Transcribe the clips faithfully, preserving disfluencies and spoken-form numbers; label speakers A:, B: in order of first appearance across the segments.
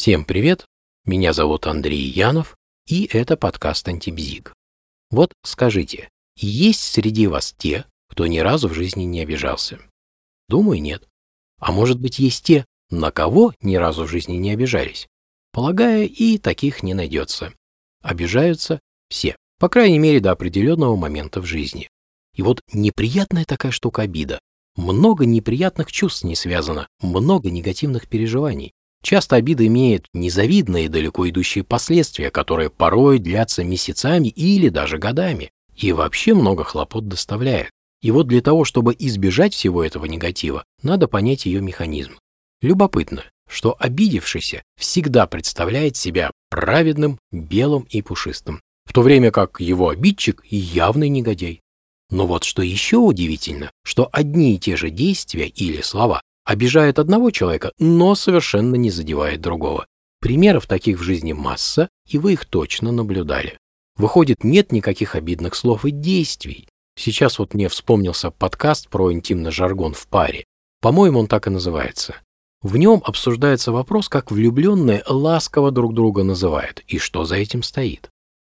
A: Всем привет, меня зовут Андрей Янов, и это подкаст «Антибзик». Вот скажите, есть среди вас те, кто ни разу в жизни не обижался? Думаю, нет. А может быть, есть те, на кого ни разу в жизни не обижались? Полагаю, и таких не найдется. Обижаются все, по крайней мере, до определенного момента в жизни. И вот неприятная такая штука обида. Много неприятных чувств не связано, много негативных переживаний. Часто обида имеет незавидные и далеко идущие последствия, которые порой длятся месяцами или даже годами, и вообще много хлопот доставляет. И вот для того, чтобы избежать всего этого негатива, надо понять ее механизм. Любопытно, что обидевшийся всегда представляет себя праведным, белым и пушистым, в то время как его обидчик явный негодяй. Но вот что еще удивительно, что одни и те же действия или слова обижают одного человека, но совершенно не задевает другого. Примеров таких в жизни масса, и вы их точно наблюдали. Выходит, нет никаких обидных слов и действий. Сейчас вот мне вспомнился подкаст про интимный жаргон в паре. По-моему, он так и называется. В нем обсуждается вопрос, как влюбленные ласково друг друга называют, и что за этим стоит.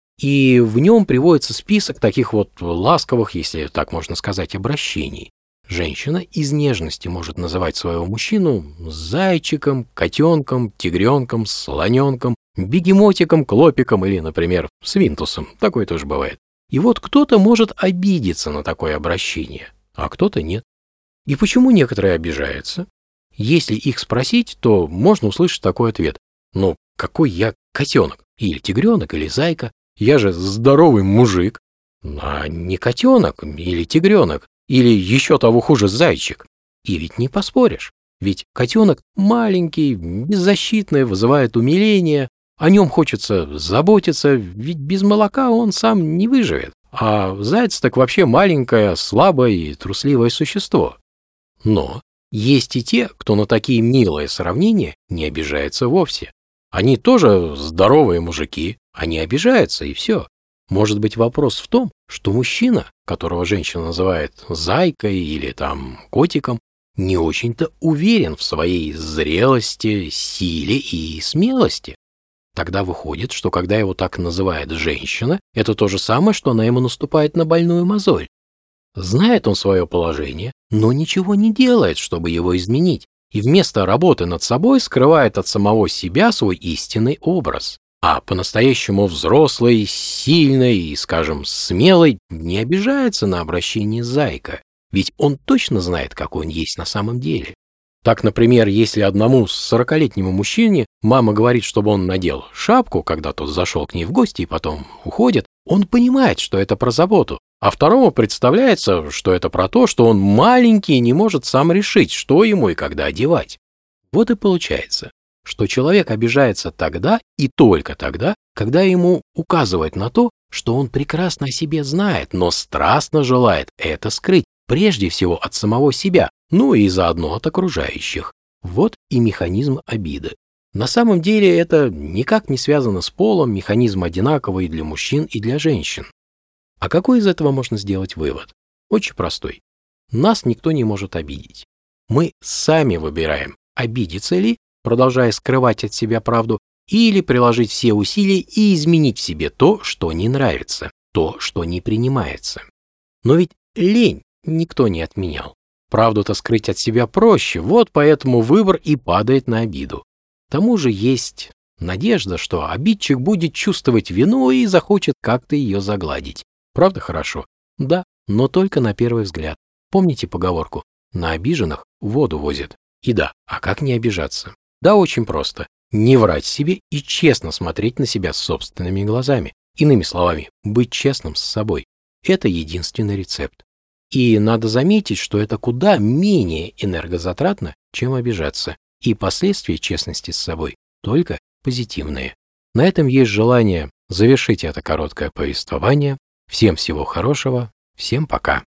A: И в нем приводится список таких вот ласковых, если так можно сказать, обращений. Женщина из нежности может называть своего мужчину зайчиком, котенком, тигренком, слоненком, бегемотиком, клопиком или, например, свинтусом. Такое тоже бывает. И вот кто-то может обидеться на такое обращение, а кто-то нет. И почему некоторые обижаются? Если их спросить, то можно услышать такой ответ. Ну, какой я котенок? Или тигренок, или зайка? Я же здоровый мужик. А не котенок или тигренок. Или еще того хуже зайчик. И ведь не поспоришь. Ведь котенок маленький, беззащитный, вызывает умиление. О нем хочется заботиться, ведь без молока он сам не выживет. А заяц так вообще маленькое, слабое и трусливое существо. Но есть и те, кто на такие милые сравнения не обижается вовсе. Они тоже здоровые мужики, они обижаются и все. Может быть, вопрос в том, что мужчина, которого женщина называет зайкой или там котиком, не очень-то уверен в своей зрелости, силе и смелости. Тогда выходит, что когда его так называет женщина, это то же самое, что она ему наступает на больную мозоль. Знает он свое положение, но ничего не делает, чтобы его изменить, и вместо работы над собой скрывает от самого себя свой истинный образ. А по-настоящему взрослый, сильный и, скажем, смелый не обижается на обращение зайка, ведь он точно знает, какой он есть на самом деле. Так, например, если одному сорокалетнему мужчине мама говорит, чтобы он надел шапку, когда тот зашел к ней в гости и потом уходит, он понимает, что это про заботу, а второму представляется, что это про то, что он маленький и не может сам решить, что ему и когда одевать. Вот и получается, что человек обижается тогда и только тогда, когда ему указывают на то, что он прекрасно о себе знает, но страстно желает это скрыть, прежде всего от самого себя, ну и заодно от окружающих. Вот и механизм обиды. На самом деле это никак не связано с полом, механизм одинаковый для мужчин и для женщин. А какой из этого можно сделать вывод? Очень простой. Нас никто не может обидеть. Мы сами выбираем, обидеться ли, продолжая скрывать от себя правду, или приложить все усилия и изменить в себе то, что не нравится, то, что не принимается. Но ведь лень никто не отменял. Правду-то скрыть от себя проще, вот поэтому выбор и падает на обиду. К тому же есть надежда, что обидчик будет чувствовать вину и захочет как-то ее загладить. Правда хорошо? Да, но только на первый взгляд. Помните поговорку «на обиженных воду возят»? И да, а как не обижаться? Да, очень просто. Не врать себе и честно смотреть на себя собственными глазами. Иными словами, быть честным с собой. Это единственный рецепт. И надо заметить, что это куда менее энергозатратно, чем обижаться. И последствия честности с собой только позитивные. На этом есть желание завершить это короткое повествование. Всем всего хорошего. Всем пока.